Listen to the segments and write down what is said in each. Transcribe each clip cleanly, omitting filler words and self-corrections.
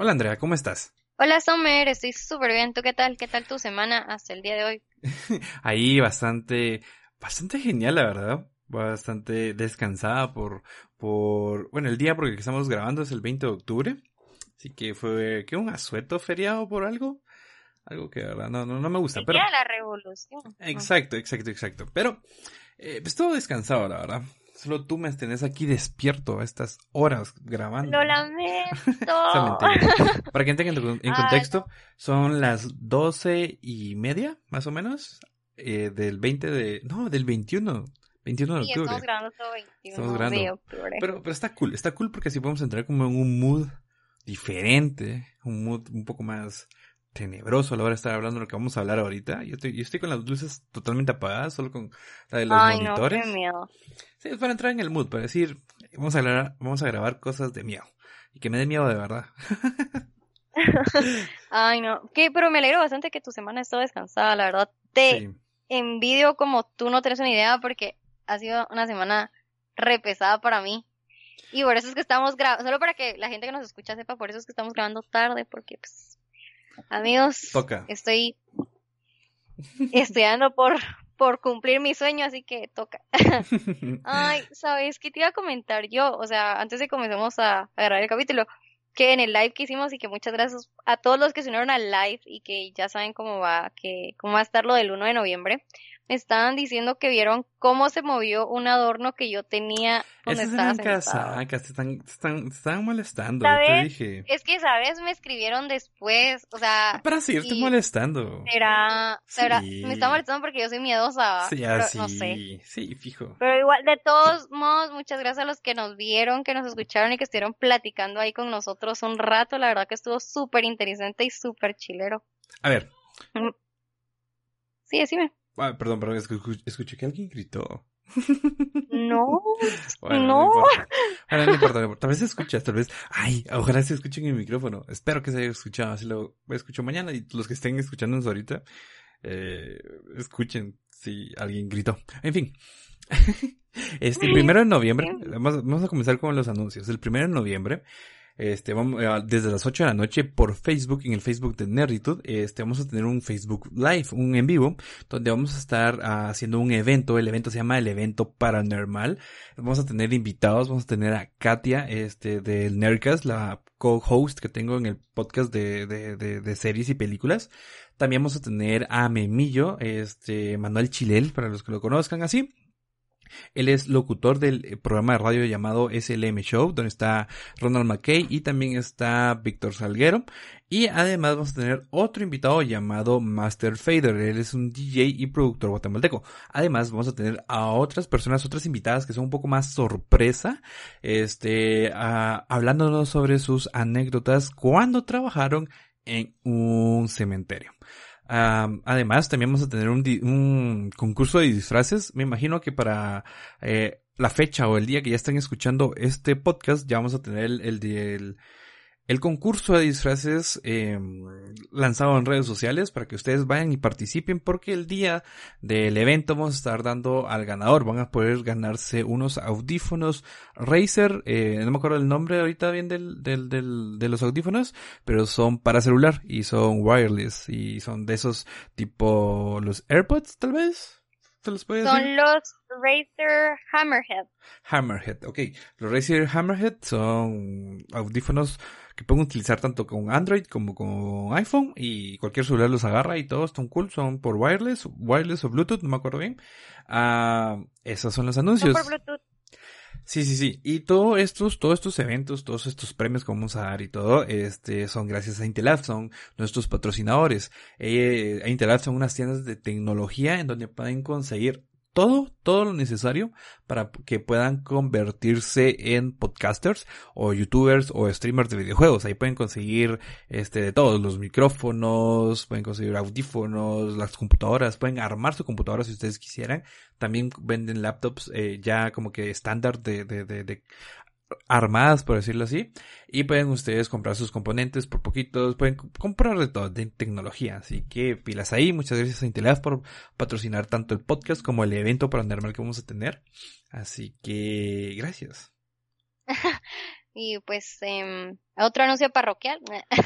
Hola Andrea, ¿cómo estás? Hola Sommer, estoy súper bien. ¿Tú qué tal? ¿Qué tal tu semana hasta el día de hoy? Ahí bastante genial, la verdad. Bastante descansada bueno, el día porque estamos grabando es el 20 de octubre. Así que fue, ¿qué? Un asueto feriado por algo. Algo que, la verdad, no me gusta, El día pero... de la revolución. Exacto. Pero, pues todo descansado, la verdad. Solo tú me tenés aquí despierto a estas horas Lo grabando. lamento. Esa mentira. Para que entren en Ah, contexto, son las 12:30, más o menos, del 20 de... No, del 21 de sí, estamos octubre. grabando todo Estamos 21 de grabando. octubre. Pero está cool porque así podemos entrar como en un mood diferente, un mood un poco más tenebroso a la hora de estar hablando de lo que vamos a hablar ahorita. Yo estoy con las luces totalmente apagadas, solo con la de los Ay, no, qué monitores. miedo. Sí, es para entrar en el mood, para decir, vamos a grabar cosas de miedo. Y que me dé miedo de verdad. Ay, no. Pero me alegro bastante que tu semana esté descansada, la verdad. Te Sí. envidio como tú no tienes una idea porque ha sido una semana re pesada para mí. Y por eso es que estamos grabando, solo para que la gente que nos escucha sepa, por eso es que estamos grabando tarde, porque pues, amigos, Toca. estoy estudiando por cumplir mi sueño, así que toca. Ay, ¿sabes qué te iba a comentar yo? O sea, antes de que comencemos a grabar el capítulo, que en el live que hicimos y que muchas gracias a todos los que se unieron al live y que ya saben cómo va a estar lo del 1 de noviembre, me estaban diciendo que vieron cómo se movió un adorno que yo tenía donde Esas estaba eran sentado. casacas, te estaban molestando, yo te ¿Sabes? dije. Es que, ¿sabes? Me escribieron después, o sea, Para seguirte y molestando. me está Sí. molestando porque yo soy miedosa, ¿va? Sí, Pero no sé. así. Sí, fijo. Pero igual, de todos modos, muchas gracias a los que nos vieron, que nos escucharon y que estuvieron platicando ahí con nosotros un rato. La verdad que estuvo súper interesante y súper chilero. A ver. Mm, Sí, decime. Perdón, escuché que alguien gritó. No, Bueno, no no. importa. Bueno, no importa, no importa. Tal vez se escucha, tal vez. Ay, ojalá se escuchen en el micrófono. Espero que se haya escuchado. Así lo escucho mañana. Y los que estén escuchándonos ahorita, eh, escuchen si alguien gritó. En fin. El 1 de noviembre, Sí. vamos a comenzar con los anuncios. El 1 de noviembre, desde las 8 de la noche por Facebook, en el Facebook de Nerditud, vamos a tener un Facebook Live, un en vivo, donde vamos a estar haciendo un evento. El evento se llama el evento paranormal. Vamos a tener invitados, vamos a tener a Katia, del Nerdcast, la co-host que tengo en el podcast de series y películas. También vamos a tener a Memillo, Manuel Chilel, para los que lo conozcan así. Él es locutor del programa de radio llamado SLM Show, donde está Ronald McKay y también está Víctor Salguero. Y además vamos a tener otro invitado llamado Master Fader. Él es un DJ y productor guatemalteco. Además vamos a tener a otras personas, otras invitadas que son un poco más sorpresa, hablándonos sobre sus anécdotas cuando trabajaron en un cementerio. Además, también vamos a tener un concurso de disfraces. Me imagino que para la fecha o el día que ya estén escuchando este podcast, ya vamos a tener el concurso de disfraces lanzado en redes sociales para que ustedes vayan y participen, porque el día del evento vamos a estar dando al ganador. Van a poder ganarse unos audífonos Razer, no me acuerdo el nombre ahorita bien de los audífonos, pero son para celular y son wireless y son de esos tipo los AirPods, tal vez. ¿Se los puede decir? Son los Razer Hammerhead. Hammerhead, ok. Los Razer Hammerhead son audífonos que pueden utilizar tanto con Android como con iPhone, y cualquier celular los agarra y todos están cool, son por wireless o Bluetooth, no me acuerdo bien. Esos son los Son por anuncios. Bluetooth. Sí. Y todos estos eventos, todos estos premios que vamos a dar y todo, son gracias a Intelab, son nuestros patrocinadores. Intelab son unas tiendas de tecnología en donde pueden conseguir todo lo necesario para que puedan convertirse en podcasters o youtubers o streamers de videojuegos. Ahí pueden conseguir de todos los micrófonos, pueden conseguir audífonos, las computadoras, pueden armar su computadora si ustedes quisieran. También venden laptops ya como que estándar de armadas, por decirlo así, y pueden ustedes comprar sus componentes por poquitos, pueden comprar de todo, de tecnología, así que pilas ahí. Muchas gracias a Intelab por patrocinar tanto el podcast como el evento paranormal que vamos a tener, así que gracias. Y pues otro anuncio parroquial.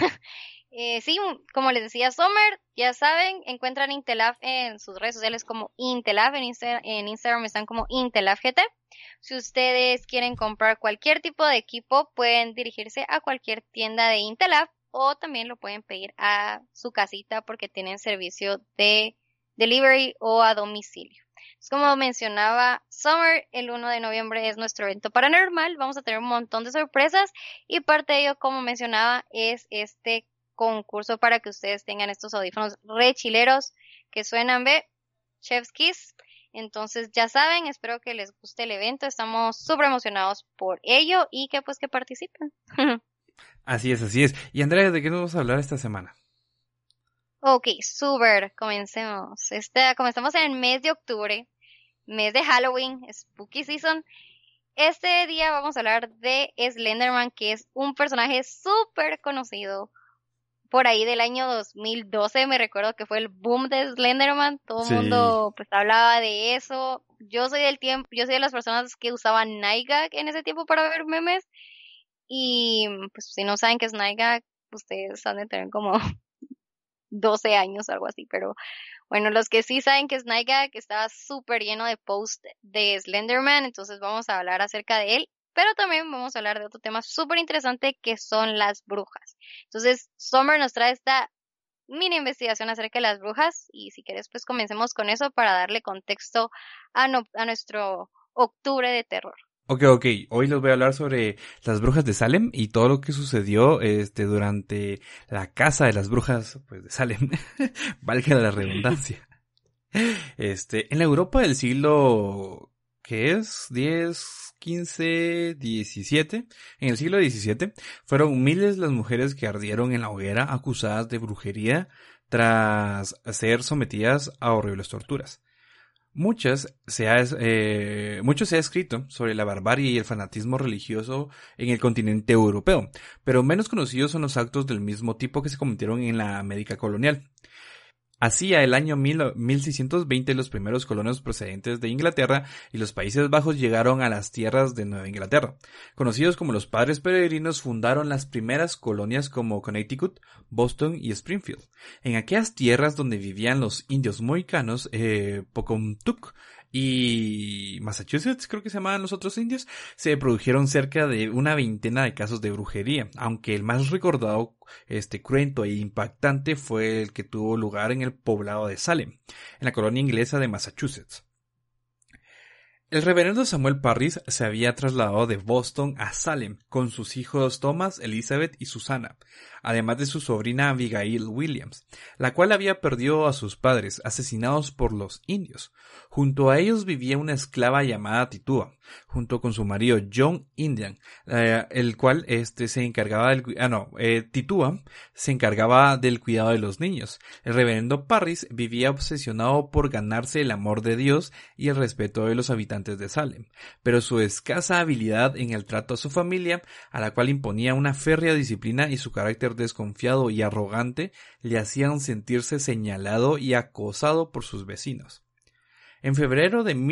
Sí, como les decía, Summer, ya saben, encuentran Intelab en sus redes sociales como Intelab, en Instagram están como Intelab GT. Si ustedes quieren comprar cualquier tipo de equipo, pueden dirigirse a cualquier tienda de Intelab o también lo pueden pedir a su casita porque tienen servicio de delivery o a domicilio. Como mencionaba Summer, el 1 de noviembre es nuestro evento paranormal. Vamos a tener un montón de sorpresas y parte de ello, como mencionaba, es este concurso para que ustedes tengan estos audífonos re chileros que suenan, Chef's Kiss. Entonces ya saben, espero que les guste el evento. Estamos súper emocionados por ello y que pues que participen. Así es, así es. Y Andrea, ¿de qué nos vamos a hablar esta semana? Ok, súper, comencemos. Comenzamos en el mes de octubre, mes de Halloween, Spooky Season. Este día vamos a hablar de Slenderman, que es un personaje súper conocido. Por ahí del año 2012 me recuerdo que fue el boom de Slenderman. Todo el mundo pues hablaba de eso. Yo soy de las personas que usaban Nightgag en ese tiempo para ver memes. Y pues si no saben qué es Nightgag, ustedes han de tener como 12 años, algo así, pero bueno, los que sí saben que es Nightgag estaba súper lleno de posts de Slenderman, entonces vamos a hablar acerca de él, pero también vamos a hablar de otro tema súper interesante que son las brujas. Entonces, Summer nos trae esta mini investigación acerca de las brujas y si quieres pues comencemos con eso para darle contexto a nuestro octubre de terror. Ok. Hoy les voy a hablar sobre las brujas de Salem y todo lo que sucedió durante la casa de las brujas pues de Salem. Valga la redundancia. En la Europa del siglo, ¿qué es? 10, 15, 17. En el siglo XVII fueron miles las mujeres que ardieron en la hoguera acusadas de brujería tras ser sometidas a horribles torturas. Mucho se ha escrito sobre la barbarie y el fanatismo religioso en el continente europeo, pero menos conocidos son los actos del mismo tipo que se cometieron en la América colonial. Hacia el año 1620 los primeros colonos procedentes de Inglaterra y los Países Bajos llegaron a las tierras de Nueva Inglaterra. Conocidos como los Padres Peregrinos fundaron las primeras colonias como Connecticut, Boston y Springfield. En aquellas tierras donde vivían los indios mohicanos, Pocumtuck y Massachusetts, creo que se llamaban los otros indios, se produjeron cerca de una veintena de casos de brujería, aunque el más recordado, cruento e impactante fue el que tuvo lugar en el poblado de Salem, en la colonia inglesa de Massachusetts. El reverendo Samuel Parris se había trasladado de Boston a Salem con sus hijos Thomas, Elizabeth y Susana, además de su sobrina Abigail Williams, la cual había perdido a sus padres asesinados por los indios. Junto a ellos vivía una esclava llamada Tituba, junto con su marido John Indian, el cual se encargaba Tituba se encargaba del cuidado de los niños. El reverendo Parris vivía obsesionado por ganarse el amor de Dios y el respeto de los habitantes de Salem, pero su escasa habilidad en el trato a su familia, a la cual imponía una férrea disciplina, y su carácter desconfiado y arrogante le hacían sentirse señalado y acosado por sus vecinos. En febrero de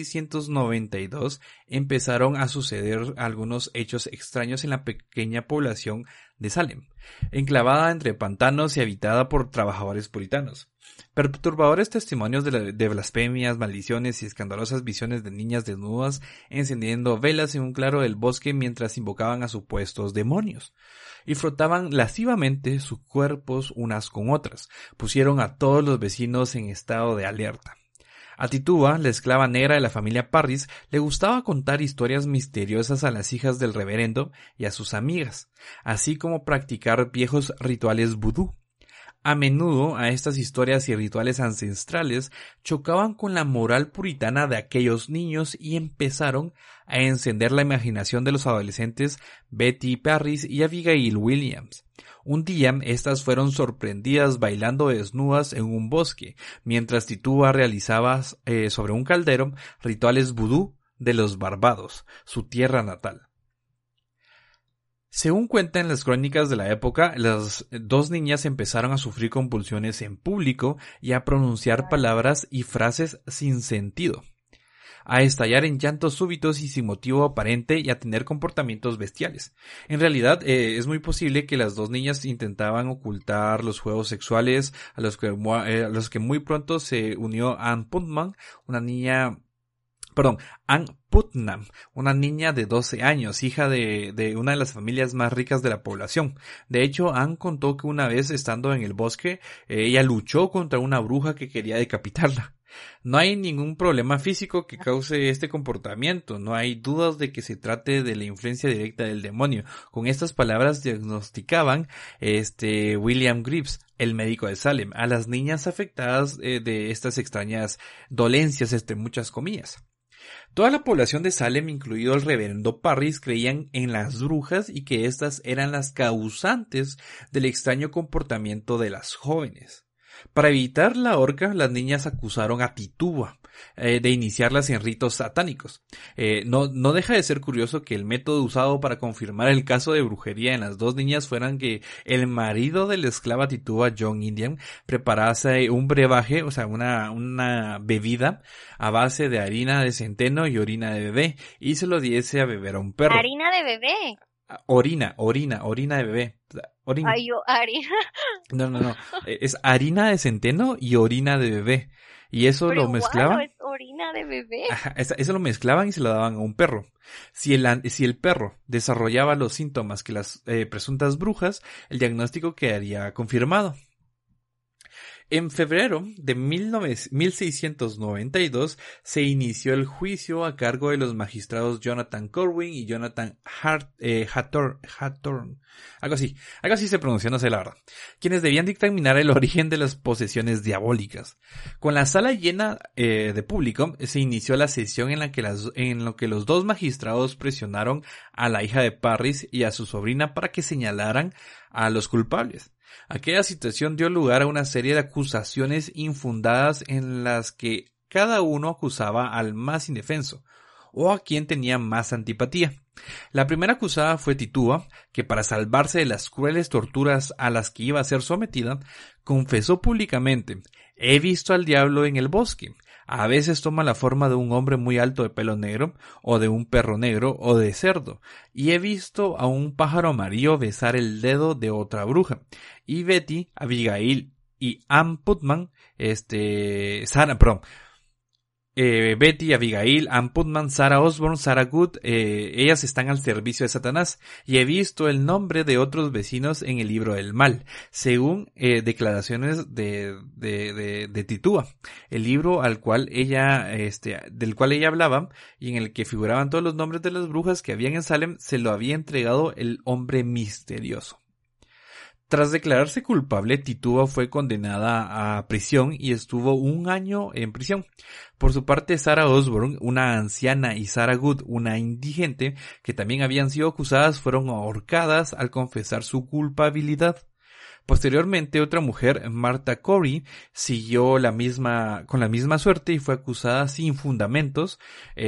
1692 empezaron a suceder algunos hechos extraños en la pequeña población de Salem, enclavada entre pantanos y habitada por trabajadores puritanos. Perturbadores testimonios de blasfemias, maldiciones y escandalosas visiones de niñas desnudas encendiendo velas en un claro del bosque mientras invocaban a supuestos demonios y frotaban lascivamente sus cuerpos unas con otras, pusieron a todos los vecinos en estado de alerta. A Tituba, la esclava negra de la familia Parris, le gustaba contar historias misteriosas a las hijas del reverendo y a sus amigas, así como practicar viejos rituales vudú. A menudo a estas historias y rituales ancestrales chocaban con la moral puritana de aquellos niños y empezaron a encender la imaginación de los adolescentes Betty Parris y Abigail Williams. Un día estas fueron sorprendidas bailando desnudas en un bosque, mientras Tituba realizaba sobre un caldero rituales vudú de los Barbados, su tierra natal. Según cuentan las crónicas de la época, las dos niñas empezaron a sufrir convulsiones en público y a pronunciar palabras y frases sin sentido. a estallar en llantos súbitos y sin motivo aparente y a tener comportamientos bestiales. En realidad, es muy posible que las dos niñas intentaban ocultar los juegos sexuales a los que muy pronto se unió Ann Putnam, Ann Putnam, una niña de 12 años, hija de una de las familias más ricas de la población. De hecho, Ann contó que una vez estando en el bosque, ella luchó contra una bruja que quería decapitarla. No hay ningún problema físico que cause este comportamiento, no hay dudas de que se trate de la influencia directa del demonio. Con estas palabras diagnosticaban William Greaves, el médico de Salem, a las niñas afectadas de estas extrañas dolencias, muchas comillas. Toda la población de Salem, incluido el reverendo Parris, creían en las brujas y que éstas eran las causantes del extraño comportamiento de las jóvenes. Para evitar la horca, las niñas acusaron a Tituba de iniciarlas en ritos satánicos. No deja de ser curioso que el método usado para confirmar el caso de brujería en las dos niñas fueran que el marido de la esclava Tituba, John Indian, preparase un brebaje, o sea, una bebida a base de harina de centeno y orina de bebé, y se lo diese a beber a un perro. ¿Harina de bebé? Orina de bebé. Orina. Ay, yo, harina. No. Es harina de centeno y orina de bebé. Y eso Pero lo mezclaban. es orina de bebé. Ajá, eso lo mezclaban y se lo daban a un perro. Si el perro desarrollaba los síntomas que las presuntas brujas, el diagnóstico quedaría confirmado. En febrero de 1692 se inició el juicio a cargo de los magistrados Jonathan Corwin y Jonathan Hathorne, algo así se pronuncia, no sé la verdad, quienes debían dictaminar el origen de las posesiones diabólicas. Con la sala llena de público, se inició la sesión en lo que los dos magistrados presionaron a la hija de Parris y a su sobrina para que señalaran a los culpables. Aquella situación dio lugar a una serie de acusaciones infundadas en las que cada uno acusaba al más indefenso o a quien tenía más antipatía. La primera acusada fue Tituba, que para salvarse de las crueles torturas a las que iba a ser sometida, confesó públicamente: «He visto al diablo en el bosque. A veces toma la forma de un hombre muy alto de pelo negro, o de un perro negro, o de cerdo, y he visto a un pájaro amarillo besar el dedo de otra bruja». Y Betty, Abigail y Ann Putnam, Sarah Osborne, Sarah Good, ellas están al servicio de Satanás, y he visto el nombre de otros vecinos en el libro del mal, según declaraciones de Tituba, el libro del cual ella hablaba y en el que figuraban todos los nombres de las brujas que habían en Salem. Se lo había entregado el hombre misterioso. Tras declararse culpable, Tituba fue condenada a prisión y estuvo 1 año en prisión. Por su parte, Sarah Osborne, una anciana, y Sarah Good, una indigente, que también habían sido acusadas, fueron ahorcadas al confesar su culpabilidad. Posteriormente, otra mujer, Martha Corey, siguió con la misma suerte y fue acusada sin fundamentos,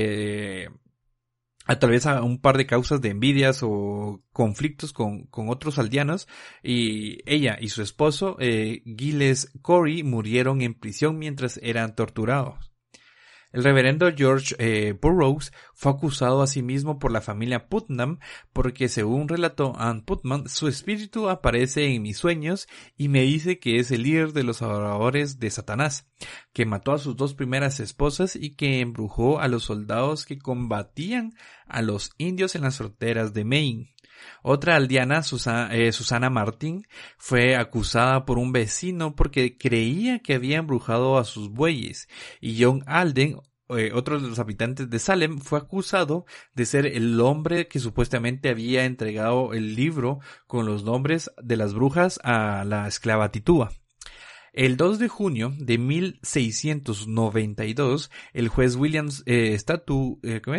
tal vez a un par de causas de envidias o conflictos con otros aldeanos, y ella y su esposo, Giles Corey, murieron en prisión mientras eran torturados. El reverendo George Burroughs fue acusado asimismo por la familia Putnam porque, según relató Ann Putnam, su espíritu aparece en mis sueños y me dice que es el líder de los adoradores de Satanás, que mató a sus 2 primeras esposas y que embrujó a los soldados que combatían a los indios en las fronteras de Maine. Otra aldeana, Susana Martin, fue acusada por un vecino porque creía que había embrujado a sus bueyes, y John Alden, otro de los habitantes de Salem, fue acusado de ser el hombre que supuestamente había entregado el libro con los nombres de las brujas a la esclava Tituba. El 2 de junio de 1692, el juez William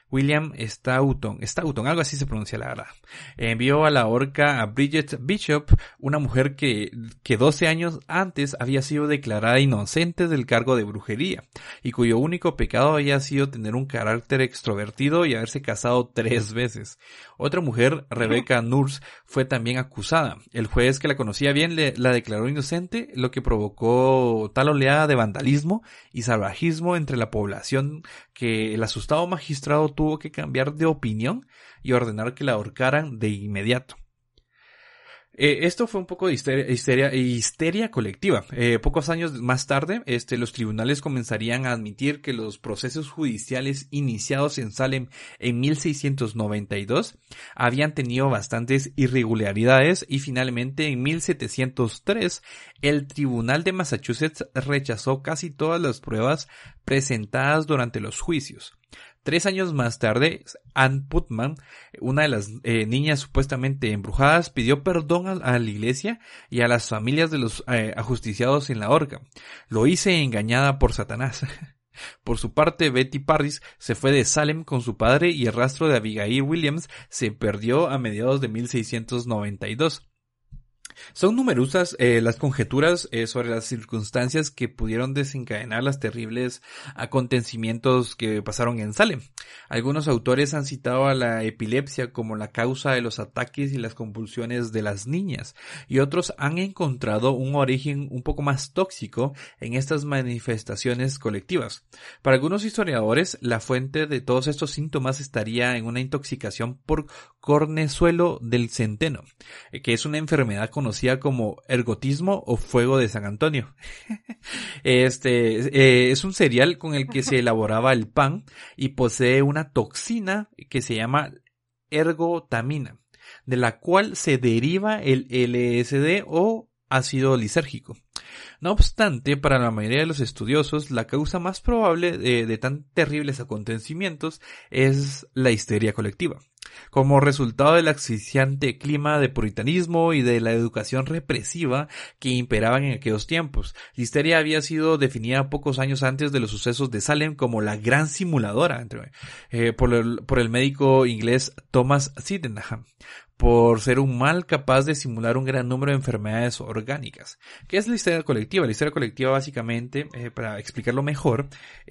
William Stoughton, algo así se pronuncia la verdad, envió a la horca a Bridget Bishop, una mujer que 12 años antes había sido declarada inocente del cargo de brujería y cuyo único pecado había sido tener un carácter extrovertido y haberse casado 3 veces. Otra mujer, Rebecca Nurse, fue también acusada. El juez, que la conocía bien, la declaró inocente, lo que provocó tal oleada de vandalismo y salvajismo entre la población que el asustado magistrado tuvo que cambiar de opinión y ordenar que la ahorcaran de inmediato. Esto fue un poco de histeria colectiva. Pocos años más tarde, los tribunales comenzarían a admitir que los procesos judiciales iniciados en Salem en 1692 habían tenido bastantes irregularidades y finalmente en 1703 el Tribunal de Massachusetts rechazó casi todas las pruebas presentadas durante los juicios. 3 años más tarde, Ann Putnam, una de las niñas supuestamente embrujadas, pidió perdón a la iglesia y a las familias de los ajusticiados en la horca. Lo hice engañada por Satanás. Por su parte, Betty Parris se fue de Salem con su padre y el rastro de Abigail Williams se perdió a mediados de 1692. Son numerosas las conjeturas sobre las circunstancias que pudieron desencadenar los terribles acontecimientos que pasaron en Salem. Algunos autores han citado a la epilepsia como la causa de los ataques y las convulsiones de las niñas, y otros han encontrado un origen un poco más tóxico en estas manifestaciones colectivas. Para algunos historiadores, la fuente de todos estos síntomas estaría en una intoxicación por cornezuelo del centeno, que es una enfermedad conocida como ergotismo o fuego de San Antonio. Es un cereal con el que se elaboraba el pan y posee una toxina que se llama ergotamina, de la cual se deriva el LSD o ácido lisérgico. No obstante, para la mayoría de los estudiosos, la causa más probable de tan terribles acontecimientos es la histeria colectiva. Como resultado del asfixiante clima de puritanismo y de la educación represiva que imperaban en aquellos tiempos, la histeria había sido definida pocos años antes de los sucesos de Salem como la gran simuladora, por el médico inglés Thomas Sydenham, por ser un mal capaz de simular un gran número de enfermedades orgánicas. ¿Qué es la histeria colectiva? La histeria colectiva básicamente, para explicarlo mejor,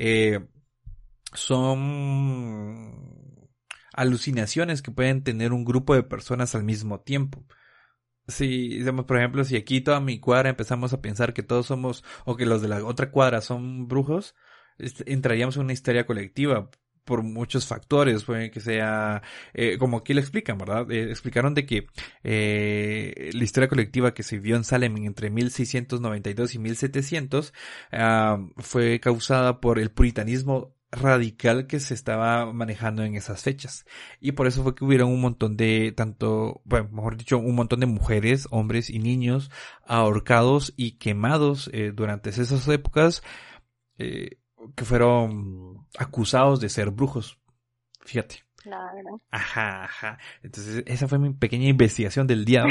son alucinaciones que pueden tener un grupo de personas al mismo tiempo. Si, digamos, por ejemplo, si aquí toda mi cuadra empezamos a pensar que todos somos, o que los de la otra cuadra son brujos, entraríamos en una histeria colectiva por muchos factores. Puede que sea, como aquí lo explican, ¿verdad? Explicaron de que la historia colectiva que se vio en Salem entre 1692 y 1700 fue causada por el puritanismo radical que se estaba manejando en esas fechas, y por eso fue que hubieron un montón de mejor dicho, un montón de mujeres, hombres y niños ahorcados y quemados durante esas épocas, que fueron acusados de ser brujos. Fíjate. Claro. Ajá. Entonces esa fue mi pequeña investigación del día.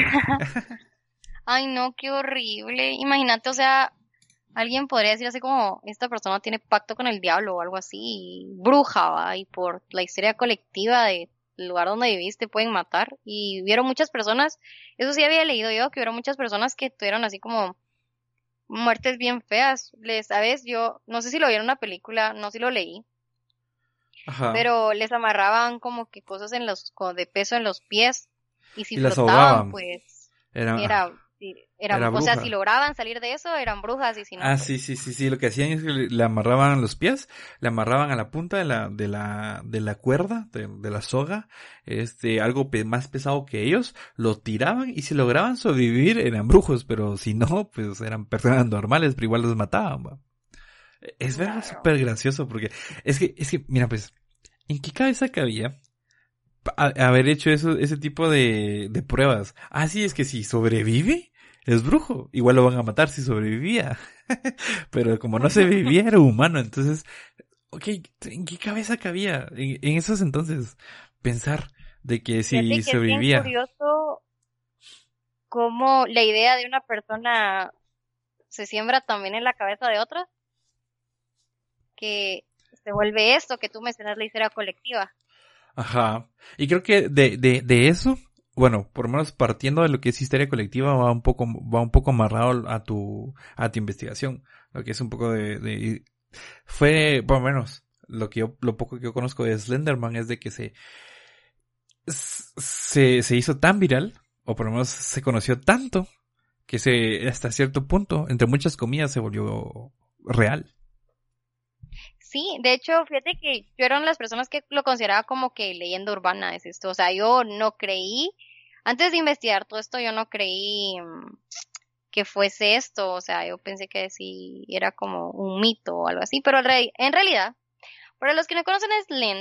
Ay, no, qué horrible. Imagínate, o sea, alguien podría decir así como, esta persona tiene pacto con el diablo o algo así, y bruja, ¿va? Y por la histeria colectiva del lugar donde viviste pueden matar. Y hubieron muchas personas, eso sí había leído yo, que hubieron muchas personas que tuvieron así como muertes bien feas. ¿Sabes? Yo no sé si lo vieron en una película, no sé si lo leí, Ajá. pero les amarraban como que cosas de peso en los pies, y si Y las flotaban, ahogaban. pues Era o sea, si bruja. lograban salir de eso, eran brujas, y si no, Ah, pues sí. Lo que hacían es que le amarraban los pies, le amarraban a la punta de la cuerda, de la soga, algo más pesado que ellos, lo tiraban y si lograban sobrevivir eran brujos, pero si no, pues eran personas normales, pero igual los mataban, ¿va? Es verdad, claro. súper gracioso porque mira, pues, ¿en qué cabeza cabía haber hecho ese tipo de pruebas? Ah, sí, es que si sobrevive, es brujo. Igual lo van a matar si sobrevivía. Pero como no se vivía, era humano. Entonces, ok, ¿en qué cabeza cabía en esos entonces pensar de que Fíjate si que es bien sobrevivía? curioso cómo la idea de una persona se siembra también en la cabeza de otra, que se vuelve esto que tú mencionas, la histeria colectiva. Ajá. Y creo que de eso, bueno, por lo menos partiendo de lo que es histeria colectiva, va un poco amarrado a tu investigación. Lo que es un poco fue, por lo menos, lo poco que yo conozco de Slenderman es de que se hizo tan viral, o por lo menos se conoció tanto, que hasta cierto punto, entre muchas comillas, se volvió real. Sí, de hecho, fíjate que yo era una de las personas que lo consideraba como que leyenda urbana es esto. O sea, yo no creí, antes de investigar todo esto, yo no creí que fuese esto. O sea, yo pensé que sí era como un mito o algo así. Pero en realidad, para los que no conocen a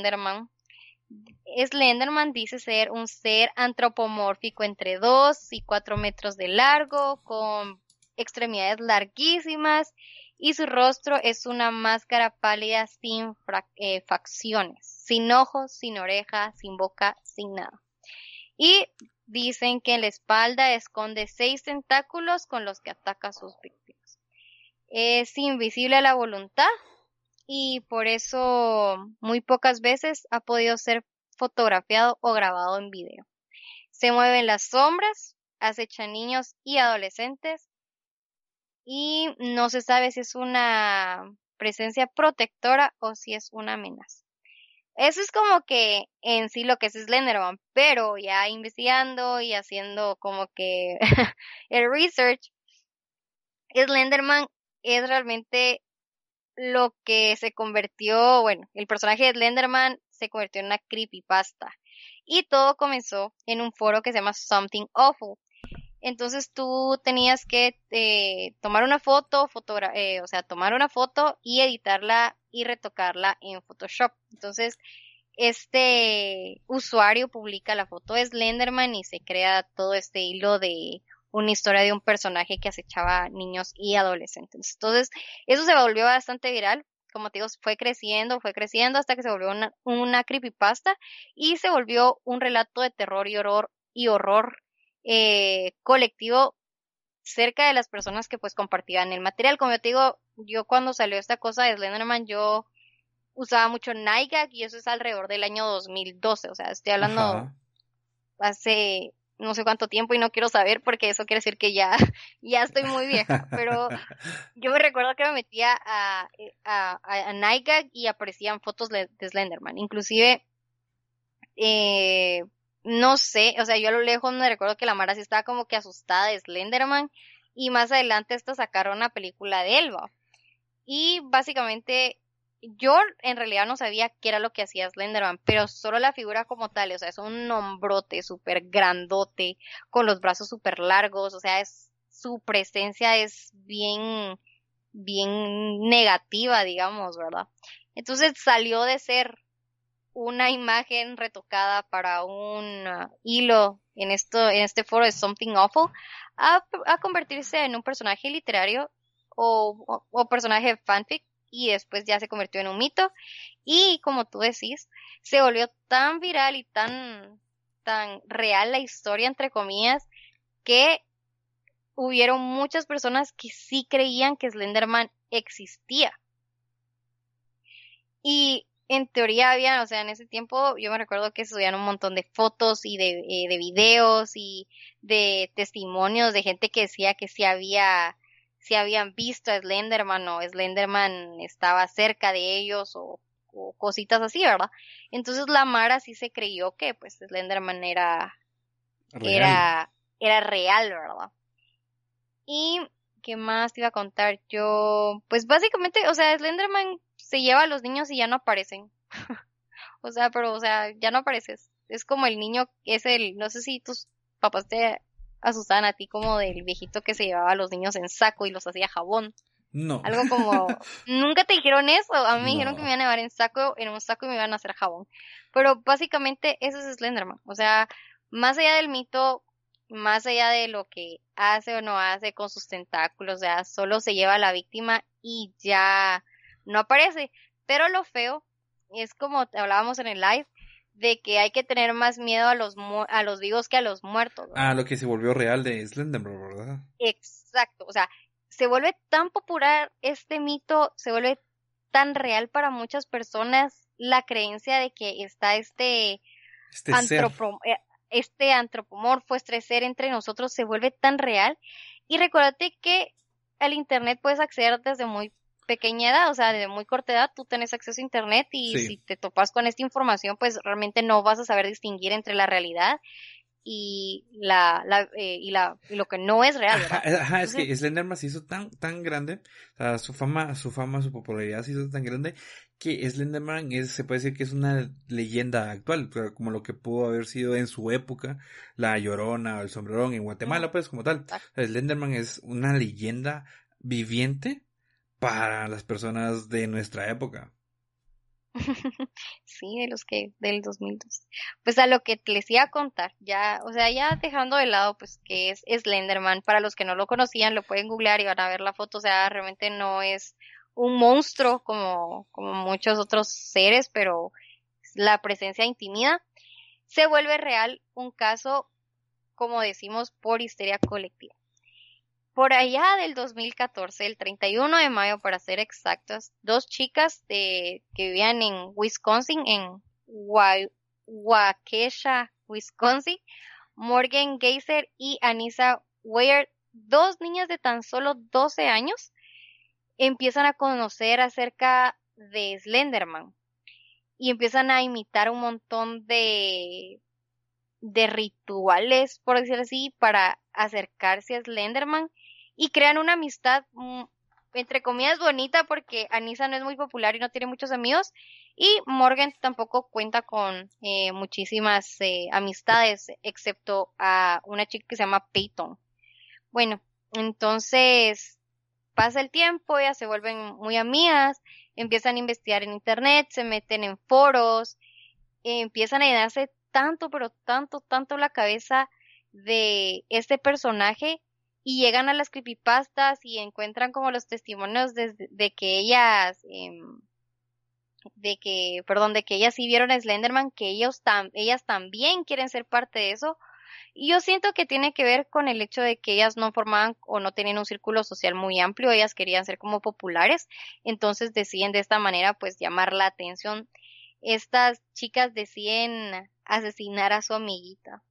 Slenderman dice ser un ser antropomórfico entre 2 y 4 metros de largo, con extremidades larguísimas, y su rostro es una máscara pálida sin facciones, sin ojos, sin orejas, sin boca, sin nada. Y dicen que en la espalda esconde 6 tentáculos con los que ataca a sus víctimas. Es invisible a la voluntad y por eso muy pocas veces ha podido ser fotografiado o grabado en video. Se mueve en las sombras, acecha niños y adolescentes y no se sabe si es una presencia protectora o si es una amenaza. Eso es como que en sí lo que es Slenderman, pero ya investigando y haciendo como que el research, Slenderman es realmente lo que se convirtió, bueno, el personaje de Slenderman se convirtió en una creepypasta. Y todo comenzó en un foro que se llama Something Awful. Entonces tú tenías que tomar una foto, o sea, tomar una foto y editarla y retocarla en Photoshop. Entonces, este usuario publica la foto de Slenderman y se crea todo este hilo de una historia de un personaje que acechaba niños y adolescentes. Entonces, eso se volvió bastante viral. Como te digo, fue creciendo hasta que se volvió una creepypasta y se volvió un relato de terror y horror colectivo cerca de las personas que pues compartían el material. Como yo te digo, yo cuando salió esta cosa de Slenderman, yo usaba mucho Nightgag y eso es alrededor del año 2012, o sea, estoy hablando Ajá. hace no sé cuánto tiempo y no quiero saber porque eso quiere decir que ya, ya estoy muy vieja, pero yo me recuerdo que me metía a Nightgag y aparecían fotos de Slenderman, inclusive, eh, no sé, o sea, yo a lo lejos me recuerdo que la Mara sí estaba como que asustada de Slenderman y más adelante hasta sacaron una película de Elba. Y básicamente yo en realidad no sabía qué era lo que hacía Slenderman, pero solo la figura como tal, o sea, es un hombrote súper grandote, con los brazos súper largos, o sea, su presencia es bien, bien negativa, digamos, ¿verdad? Entonces salió de ser una imagen retocada para un hilo en este foro de Something Awful a convertirse en un personaje literario o personaje fanfic y después ya se convirtió en un mito y como tú decís, se volvió tan viral y tan real la historia entre comillas que hubieron muchas personas que sí creían que Slenderman existía. Y en teoría había, o sea, en ese tiempo yo me recuerdo que subían un montón de fotos y de videos y de testimonios de gente que decía que sí habían visto a Slenderman o Slenderman estaba cerca de ellos o cositas así, ¿verdad? Entonces la Mara sí se creyó que pues Slenderman Real. era, era real, ¿verdad? Y, ¿qué más te iba a contar yo? Pues básicamente, o sea, Slenderman se lleva a los niños y ya no aparecen. O sea, pero, o sea, ya no apareces. Es como el niño, no sé si tus papás te asustaban a ti como del viejito que se llevaba a los niños en saco y los hacía jabón. No. Algo como, nunca te dijeron eso. A mí me dijeron que me No. iban a llevar en un saco y me iban a hacer jabón. Pero básicamente eso es Slenderman. O sea, más allá del mito, más allá de lo que hace o no hace con sus tentáculos, o sea, solo se lleva a la víctima y ya no aparece. Pero lo feo es como hablábamos en el live, de que hay que tener más miedo a los vivos que a los muertos, Ah, ¿verdad? lo que se volvió real de Slenderman, ¿verdad? Exacto, o sea, se vuelve tan popular este mito, se vuelve tan real para muchas personas la creencia de que está Este ser. este antropomorfo, este ser entre nosotros se vuelve tan real. Y recuérdate que al internet puedes acceder desde muy pequeña edad, o sea, desde muy corta edad tú tenés acceso a internet y Sí. si te topas con esta información, pues realmente no vas a saber distinguir entre la realidad y y lo que no es real, ¿verdad? Ajá, es Entonces, que Slenderman se hizo tan grande, o sea, su popularidad se hizo tan grande que Slenderman se puede decir que es una leyenda actual, pero como lo que pudo haber sido en su época, la Llorona o el Sombrerón en Guatemala, pues como tal. O sea, Slenderman es una leyenda viviente para las personas de nuestra época. sí, del 2002. Pues a lo que les iba a contar, ya, o sea, ya dejando de lado, pues, que es Slenderman, para los que no lo conocían, lo pueden googlear y van a ver la foto, o sea, realmente no es un monstruo como muchos otros seres, pero la presencia intimida, se vuelve real un caso, como decimos, por histeria colectiva. Por allá del 2014, el 31 de mayo para ser exactos, dos chicas que vivían en Wisconsin, en Waukesha, Wisconsin, Morgan Geyser y Anissa Weir, dos niñas de tan solo 12 años, empiezan a conocer acerca de Slenderman y empiezan a imitar un montón de rituales, por decirlo así, para acercarse a Slenderman y crean una amistad, entre comillas, bonita porque Anissa no es muy popular y no tiene muchos amigos y Morgan tampoco cuenta con muchísimas amistades, excepto a una chica que se llama Peyton. Bueno, entonces pasa el tiempo, ellas se vuelven muy amigas, empiezan a investigar en internet, se meten en foros, empiezan a llenarse tanto, pero tanto la cabeza de este personaje y llegan a las creepypastas y encuentran como los testimonios de que de que ellas sí vieron a Slenderman, que ellas también quieren ser parte de eso. Y yo siento que tiene que ver con el hecho de que ellas no formaban o no tenían un círculo social muy amplio, ellas querían ser como populares, entonces deciden de esta manera pues llamar la atención. Estas chicas deciden asesinar a su amiguita.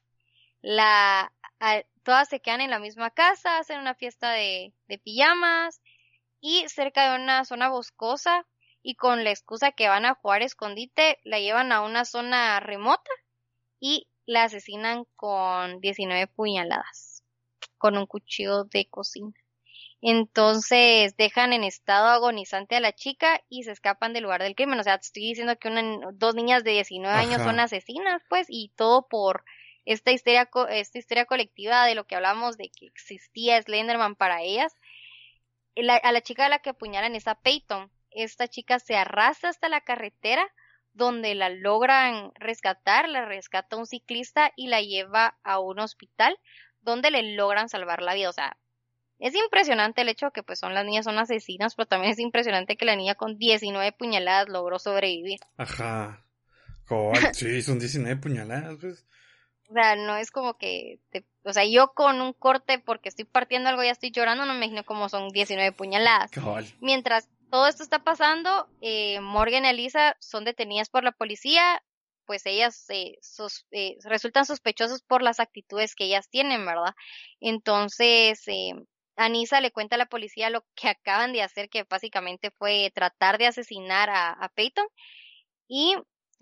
Todas se quedan en la misma casa, hacen una fiesta de pijamas y cerca de una zona boscosa y con la excusa que van a jugar escondite, la llevan a una zona remota y la asesinan con 19 puñaladas, con un cuchillo de cocina. Entonces dejan en estado agonizante a la chica y se escapan del lugar del crimen. O sea, te estoy diciendo que dos niñas de 19 años son Ajá. asesinas, pues, y todo por esta histeria colectiva de lo que hablamos de que existía Slenderman para ellas. A la chica a la que apuñalan es a Peyton. Esta chica se arrastra hasta la carretera donde la logran rescatar, la rescata un ciclista y la lleva a un hospital donde le logran salvar la vida. O sea, es impresionante el hecho de que pues las niñas son asesinas, pero también es impresionante que la niña con 19 puñaladas logró sobrevivir. Ajá. Cabal, sí, son 19 puñaladas, pues. O sea, no es como o sea, yo con un corte porque estoy partiendo algo ya estoy llorando, no me imagino cómo son 19 puñaladas. Cabal. Mientras todo esto está pasando, Morgan y Elisa son detenidas por la policía, pues ellas resultan sospechosas por las actitudes que ellas tienen, ¿verdad? Entonces, Anissa le cuenta a la policía lo que acaban de hacer, que básicamente fue tratar de asesinar a Peyton, y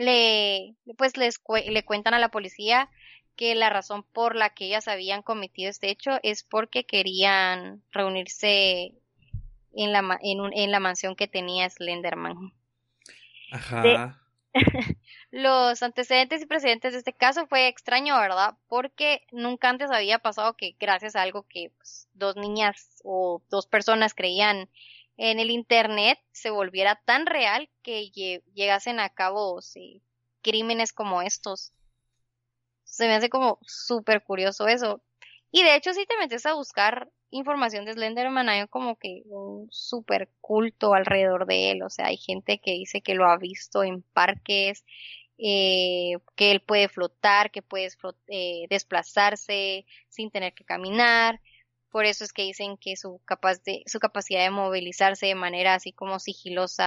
le cuentan a la policía que la razón por la que ellas habían cometido este hecho es porque querían reunirse en la mansión que tenía Slenderman. De Ajá. los antecedentes y precedentes de este caso fue extraño, ¿verdad? Porque nunca antes había pasado que gracias a algo que pues, dos niñas o dos personas creían en el internet se volviera tan real que llegasen a cabo sí, crímenes como estos. Se me hace como súper curioso eso. Y de hecho, si te metes a buscar información de Slenderman, hay como que un súper culto alrededor de él. O sea, hay gente que dice que lo ha visto en parques, que él puede flotar, que puede desplazarse sin tener que caminar. Por eso es que dicen que su capacidad de movilizarse de manera así como sigilosa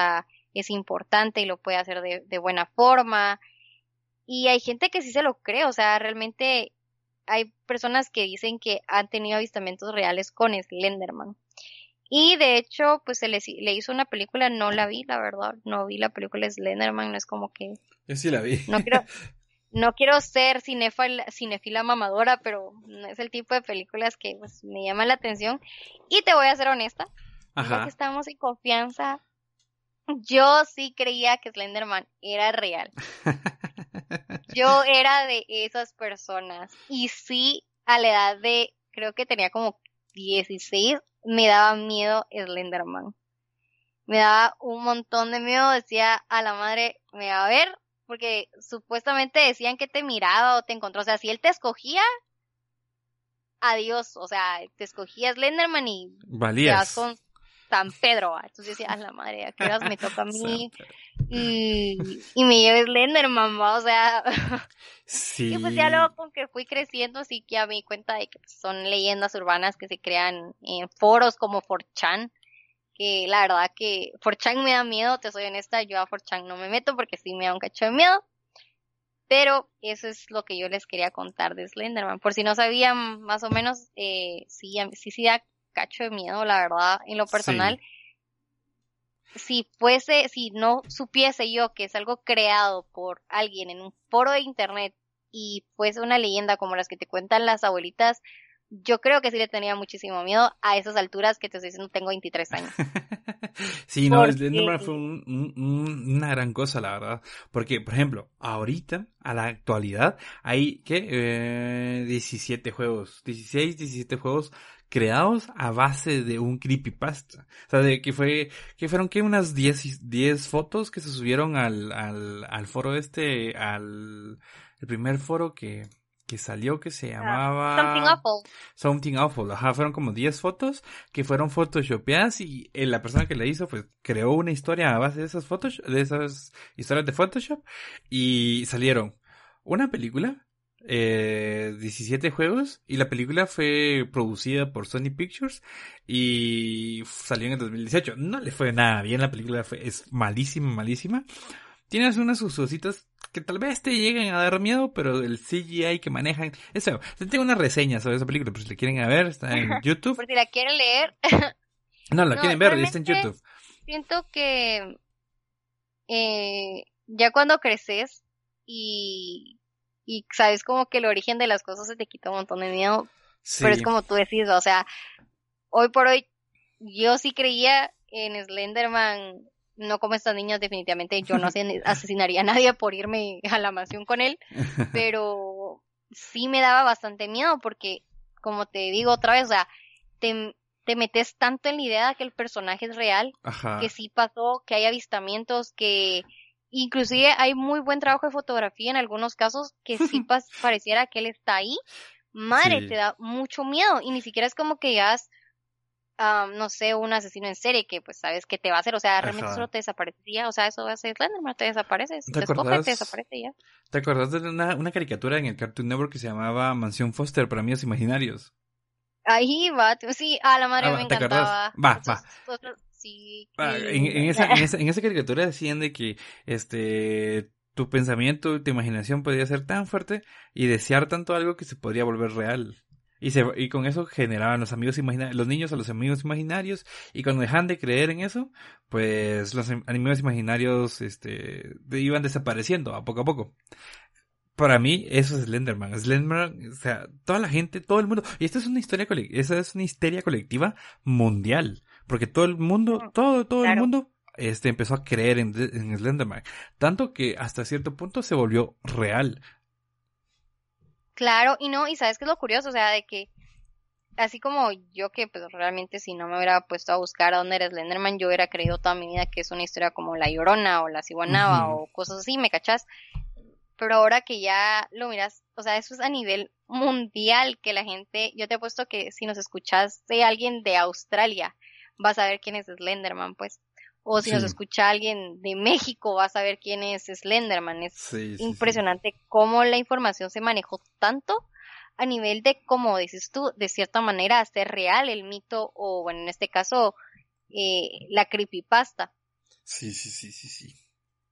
es importante y lo puede hacer de buena forma. Y hay gente que sí se lo cree, o sea, realmente hay personas que dicen que han tenido avistamientos reales con Slenderman. Y de hecho, pues le hizo una película, no la vi, la verdad, no vi la película Slenderman, no es como que, Yo sí la vi. no quiero, no quiero ser cinefila mamadora, pero no es el tipo de películas que pues, me llaman la atención. Y te voy a ser honesta, ya que Ajá. estamos en confianza, yo sí creía que Slenderman era real. Yo era de esas personas. Y sí, a la edad de, creo que tenía como 16, me daba miedo Slenderman. Me daba un montón de miedo, decía a la madre, me va a ver, porque supuestamente decían que te miraba o te encontró. O sea, si él te escogía, adiós. O sea, te escogía Slenderman y te vas Valías. con San Pedro. ¿Va? Entonces decía, a la madre, ¿a qué horas me toca a mí? Samper. Y me llevé Slenderman, ¿va? O sea, y pues ya Sí. luego con que fui creciendo, sí que ya me di cuenta de que son leyendas urbanas que se crean en foros como 4chan, que la verdad que 4chan me da miedo, te soy honesta, yo a 4chan no me meto porque sí me da un cacho de miedo, pero eso es lo que yo les quería contar de Slenderman. Por si no sabían más o menos, sí da cacho de miedo, la verdad, en lo personal. Sí. Si no supiese yo que es algo creado por alguien en un foro de internet y fuese una leyenda como las que te cuentan las abuelitas, yo creo que sí le tenía muchísimo miedo a esas alturas que te estoy diciendo, tengo 23 años. Sí, no, Porque, Slenderman fue una gran cosa, la verdad. Porque, por ejemplo, ahorita, a la actualidad, hay, ¿qué? 17 juegos, 16, 17 juegos creados a base de un creepypasta. O sea, que fueron, ¿qué? Unas 10 fotos que se subieron al foro el primer foro que salió que se something llamaba awful. Something Awful. Ajá, fueron como 10 fotos que fueron photoshopeadas y la persona que la hizo pues creó una historia a base de esas fotos, de esas historias de Photoshop y salieron una película, 17 juegos y la película fue producida por Sony Pictures y salió en el 2018. No le fue nada bien, la película es malísima, malísima. Tienes unas sus cositas que tal vez te lleguen a dar miedo, pero el CGI que manejan, eso, tengo una reseña sobre esa película, pues si la quieren a ver, está en YouTube. Por si la quieren leer. No, la No, quieren ver, está en realmente YouTube. siento que ya cuando creces y, y sabes como que el origen de las cosas se te quita un montón de miedo, pero es Sí. como tú decís, o sea, hoy por hoy yo sí creía en Slenderman, no como estas niñas definitivamente, yo no asesinaría a nadie por irme a la mansión con él, pero sí me daba bastante miedo porque, como te digo otra vez, o sea, te metes tanto en la idea de que el personaje es real, que Ajá. sí pasó, que hay avistamientos, que inclusive hay muy buen trabajo de fotografía en algunos casos, que sí pareciera que él está ahí. Madre, te Sí. da mucho miedo y ni siquiera es como que ya no sé, un asesino en serie que pues sabes que te va a hacer, o sea, realmente solo Ajá. te desaparecería, o sea, eso va a ser Slenderman, te desaparece, si ¿Te te escoge, te acordás? desaparece y ya. ¿Te acordás de una caricatura en el Cartoon Network que se llamaba Mansión Foster para amigos imaginarios? Ahí va, sí, a la Ah, madre me ¿te acordás? encantaba. Va, va. Esos, sí, qué Ah, lindo. en esa caricatura decían de que tu pensamiento, tu imaginación podía ser tan fuerte y desear tanto algo que se podría volver real. Y con eso generaban los amigos imaginarios, los niños a los amigos imaginarios, y cuando dejan de creer en eso, pues los amigos imaginarios iban desapareciendo a poco. Para mí, eso es Slenderman. Slenderman, o sea, toda la gente, todo el mundo. Y esta es una esa es una histeria colectiva mundial. Porque todo el mundo, Mm, todo el claro, mundo, empezó a creer en Slenderman. Tanto que hasta cierto punto se volvió real. claro, y no, y sabes qué es lo curioso, o sea, de que así como yo que pues realmente si no me hubiera puesto a buscar a dónde era Slenderman, yo hubiera creído toda mi vida que es una historia como La Llorona o La Ciguanaba Ujú. o cosas así, ¿me cachas? Pero ahora que ya lo miras, o sea, eso es a nivel mundial que la gente, yo te he puesto que si nos escuchas de alguien de Australia, vas a ver quién es Slenderman, pues. O si nos Sí, escucha alguien de México, vas a ver quién es Slenderman. Es sí. impresionante cómo la información se manejó tanto a nivel de, como dices tú, de cierta manera hacer real el mito o, bueno, en este caso, la creepypasta. Sí.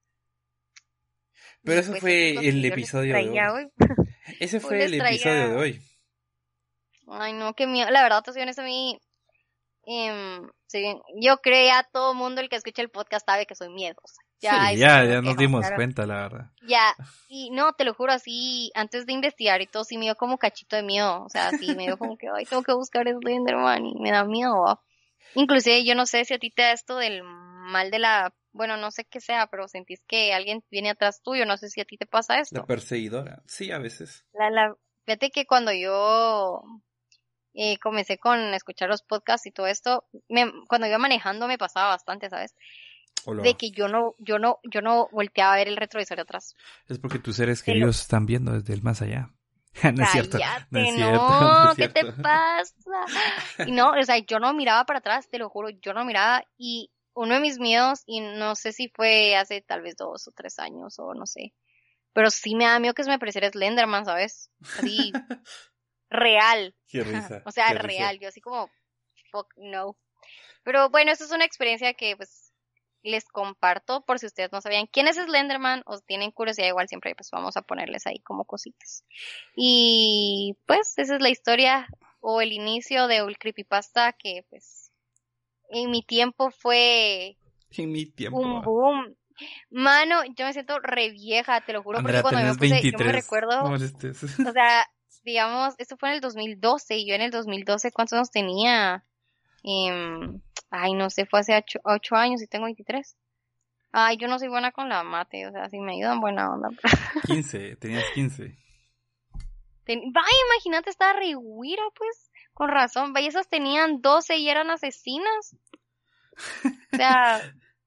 Pero ese Pues fue eso es lo el que yo les episodio de traía hoy. hoy. Ese Hoy fue el les episodio de traía... hoy. Ay, no, qué miedo. La verdad, te soy honesta, a mí... sí, yo creo que ya todo mundo el que escucha el podcast sabe que soy miedosa. Ya, Sí, eso tengo ya que nos dejar dimos claro. cuenta, la verdad. Ya, y no, te lo juro, así, antes de investigar y todo, sí me dio como cachito de miedo. O sea, sí me dio como que, ay, tengo que buscar Slenderman y me da miedo, ¿va? Inclusive, yo no sé si a ti te da esto del mal de la... Bueno, no sé qué sea, pero sentís que alguien viene atrás tuyo. No sé si a ti te pasa La esto. perseguidora. Sí, a veces. Fíjate que cuando yo comencé con escuchar los podcasts y todo esto, cuando iba manejando me pasaba bastante, ¿sabes? De Hola. que yo no volteaba a ver el retrovisor de atrás. Es porque tus seres Te lo, queridos están viendo desde el más allá. No es cierto, no es cállate, cierto, no es no, ¿qué te cierto. pasa? Y no, o sea, yo no miraba para atrás, te lo juro, yo no miraba y uno de mis miedos, y no sé si fue hace tal vez 2 o 3 años o no sé, pero sí me da miedo que se me pareciera Slenderman, ¿sabes? Así, real, Qué risa, o sea, qué risa. real, yo así como, fuck no. Pero bueno, esta es una experiencia que pues les comparto por si ustedes no sabían quién es Slenderman o tienen curiosidad igual siempre pues vamos a ponerles ahí como cositas. Y pues esa es la historia o el inicio de un creepypasta que pues en mi tiempo fue En mi tiempo. un boom. Mano, yo me siento re vieja, te lo juro, porque Andrea, cuando me tenés puse, yo me 23. No recuerdo, molestes. o sea, digamos, esto fue en el 2012 y yo en el 2012, ¿cuántos años tenía? Ay, no sé, fue hace 8 años y tengo 23. Ay, yo no soy buena con la mate, o sea, si me ayudan, buena onda. 15, tenías 15. Vaya, imagínate, estaba re güira, pues, con razón. Vaya, esas tenían 12 y eran asesinas. O sea,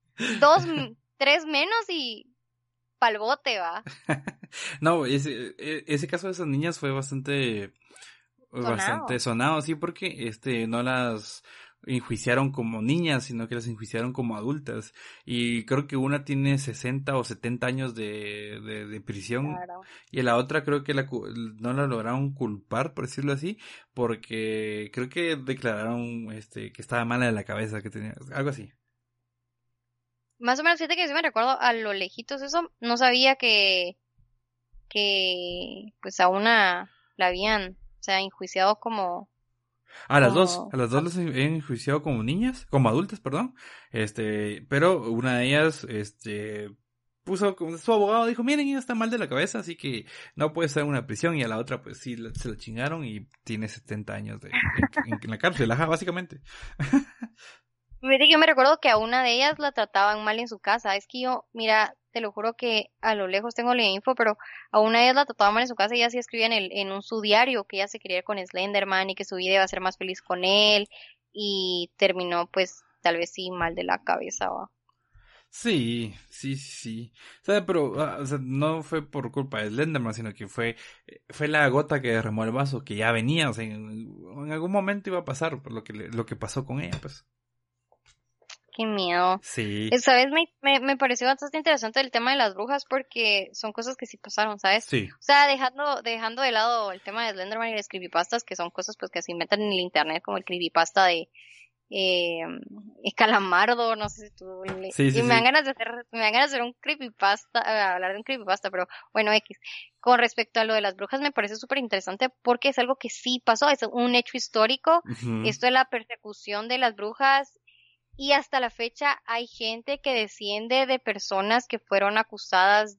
3 menos y pa'l bote, va. No, ese caso de esas niñas fue bastante Sonado. sonado, sí, porque no las enjuiciaron como niñas, sino que las enjuiciaron como adultas. Y creo que una tiene 60 o 70 años de prisión Claro. y la otra creo que no la lograron culpar, por decirlo así, porque creo que declararon que estaba mala de la cabeza, que tenía algo así. Más o menos, fíjate que sí me recuerdo a lo lejitos eso. No sabía que pues a una la habían, o sea, enjuiciado A como, las dos las han enjuiciado como niñas, como adultas, perdón. Pero una de ellas, puso, como su abogado dijo, miren, ella está mal de la cabeza, así que no puede estar en una prisión. Y a la otra, pues sí, se la chingaron y tiene 70 años en la cárcel, ajá, básicamente. Fíjate que yo me recuerdo que a una de ellas la trataban mal en su casa. Es que yo, mira, te lo juro que a lo lejos tengo la info, pero a una de ellas la trataban mal en su casa y ella sí escribía en su diario que ella se quería ir con Slenderman y que su vida iba a ser más feliz con él y terminó pues tal vez sí mal de la cabeza. ¿Va? Sí. O sea, pero, o sea, no fue por culpa de Slenderman, sino que fue la gota que derramó el vaso, que ya venía, o sea, en algún momento iba a pasar por lo que pasó con ella, pues. Qué miedo. Sí, ¿Sabes? Me pareció bastante interesante el tema de las brujas porque son cosas que sí pasaron, ¿sabes? sí. O sea, dejando de lado el tema de Slenderman y las creepypastas, que son cosas pues que se inventan en el internet, como el creepypasta de eh, Calamardo, no sé si y Sí. me dan ganas de hacer un creepypasta, hablar de un creepypasta, pero bueno, X. Con respecto a lo de las brujas me parece súper interesante porque es algo que sí pasó, es un hecho histórico, Ujú. esto de la persecución de las brujas y hasta la fecha hay gente que desciende de personas que fueron acusadas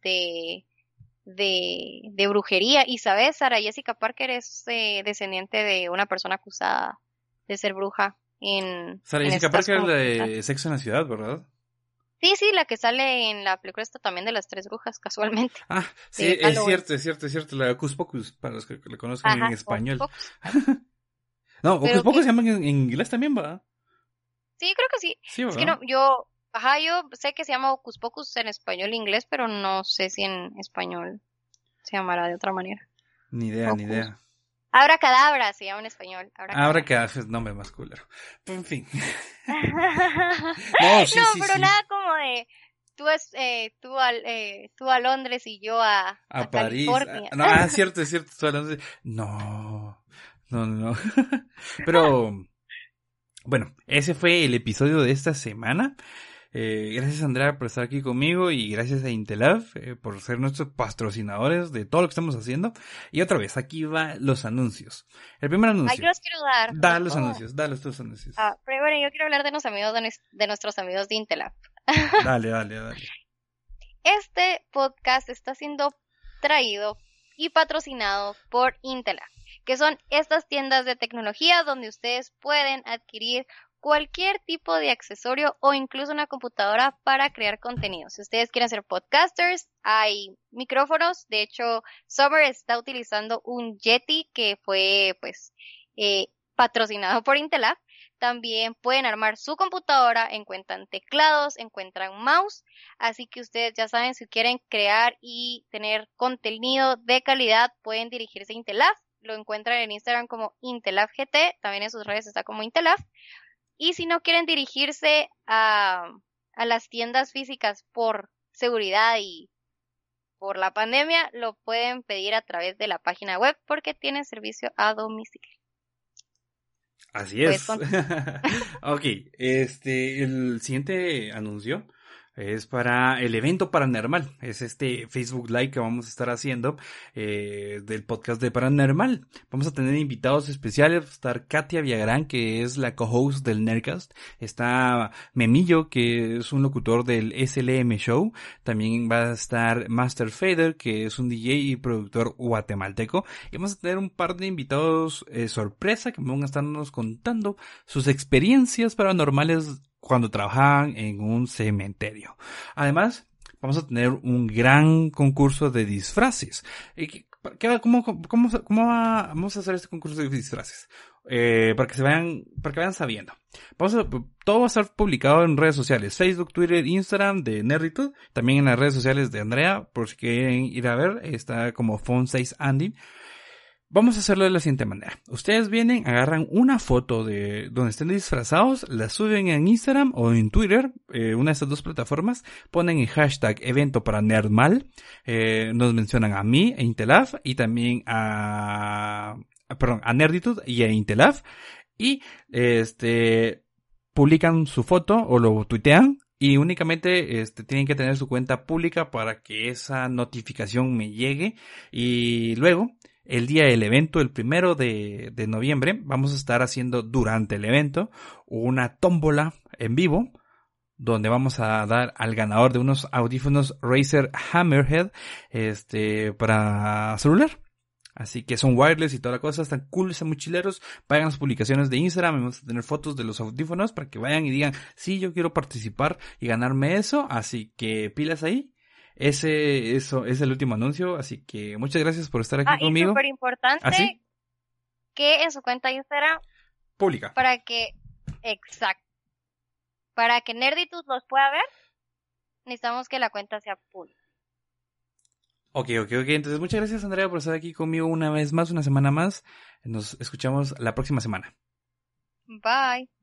de brujería. Y sabes, Sara Jessica Parker es descendiente de una persona acusada de ser bruja Sara en Jessica estas Parker, como la películas. de Sexo en la Ciudad, ¿verdad? Sí, sí, la que sale en la película esta también de las tres brujas, casualmente, Ah, sí, de Halloween. es cierto, la de Hocus Pocus, para los que le conozcan en Ajá, Hocus español. Pocus. No, Hocus Pero Pocus que, se llaman en inglés también, ¿va? sí, creo que sí. Sí, Es que ¿verdad? no, yo sé que se llama Hocus Pocus en español e inglés, pero no sé si en español se llamará de otra manera. Ni Hocus. idea. Abracadabra se llama en español. Ahora Abracadabra. que haces nombre más culero. Pero, en fin. No, No, pero sí. nada como de tú a Londres y yo a A París. California. No, cierto, es cierto. Estoy hablando no. Pero, bueno, ese fue el episodio de esta semana. Gracias Andrea por estar aquí conmigo y gracias a Intelab por ser nuestros patrocinadores de todo lo que estamos haciendo. Y otra vez, aquí va los anuncios. El primer anuncio. Ay, yo los quiero dar. Da los anuncios, da los tus anuncios. Pero bueno, yo quiero hablar de los amigos de nuestros amigos de Intelab. Dale. Este podcast está siendo traído y patrocinado por Intelab, que son estas tiendas de tecnología donde ustedes pueden adquirir cualquier tipo de accesorio o incluso una computadora para crear contenido. Si ustedes quieren ser podcasters, hay micrófonos. De hecho, Summer está utilizando un Yeti que fue patrocinado por Intelab. También pueden armar su computadora, encuentran teclados, encuentran mouse, así que ustedes ya saben, si quieren crear y tener contenido de calidad, pueden dirigirse a Intelab. Lo encuentran en Instagram como IntelabGT, también en sus redes está como Intelab. Y si no quieren dirigirse a las tiendas físicas por seguridad y por la pandemia, lo pueden pedir a través de la página web porque tienen servicio a domicilio. Así es. Ok, el siguiente anuncio es para el evento Paranormal. Es este Facebook Live que vamos a estar haciendo del podcast de Paranormal. Vamos a tener invitados especiales. Va a estar Katia Villagrán, que es la co-host del Nerdcast. Está Memillo, que es un locutor del SLM Show. También va a estar Master Fader, que es un DJ y productor guatemalteco. Y vamos a tener un par de invitados sorpresa que van a estarnos contando sus experiencias paranormales cuando trabajaban en un cementerio. Además, vamos a tener un gran concurso de disfraces. ¿Cómo vamos a hacer este concurso de disfraces? Para que vayan sabiendo. Todo va a estar publicado en redes sociales, Facebook, Twitter, Instagram de Nerditud, también en las redes sociales de Andrea, por si quieren ir a ver, está como Phone6Andy. Vamos a hacerlo de la siguiente manera. Ustedes vienen, agarran una foto de donde estén disfrazados, la suben en Instagram o en Twitter, una de estas dos plataformas, ponen el hashtag evento para Nerdmal, nos mencionan a mí, a Intelab, y también a Nerditud y a Intelab, y publican su foto o lo tuitean. Y únicamente tienen que tener su cuenta pública para que esa notificación me llegue. Y luego, el día del evento, el 1 de noviembre, vamos a estar haciendo durante el evento una tómbola en vivo, donde vamos a dar al ganador de unos audífonos Razer Hammerhead para celular. Así que son wireless y toda la cosa, están cool, están muy chileros. Vayan a las publicaciones de Instagram, vamos a tener fotos de los audífonos para que vayan y digan, sí, yo quiero participar y ganarme eso. Así que pilas ahí. Eso es el último anuncio, así que muchas gracias por estar aquí conmigo. Y súper importante que en su cuenta de Instagram pública. Para que Nerditud los pueda ver, necesitamos que la cuenta sea pública. Ok. Entonces, muchas gracias, Andrea, por estar aquí conmigo una vez más, una semana más. Nos escuchamos la próxima semana. Bye.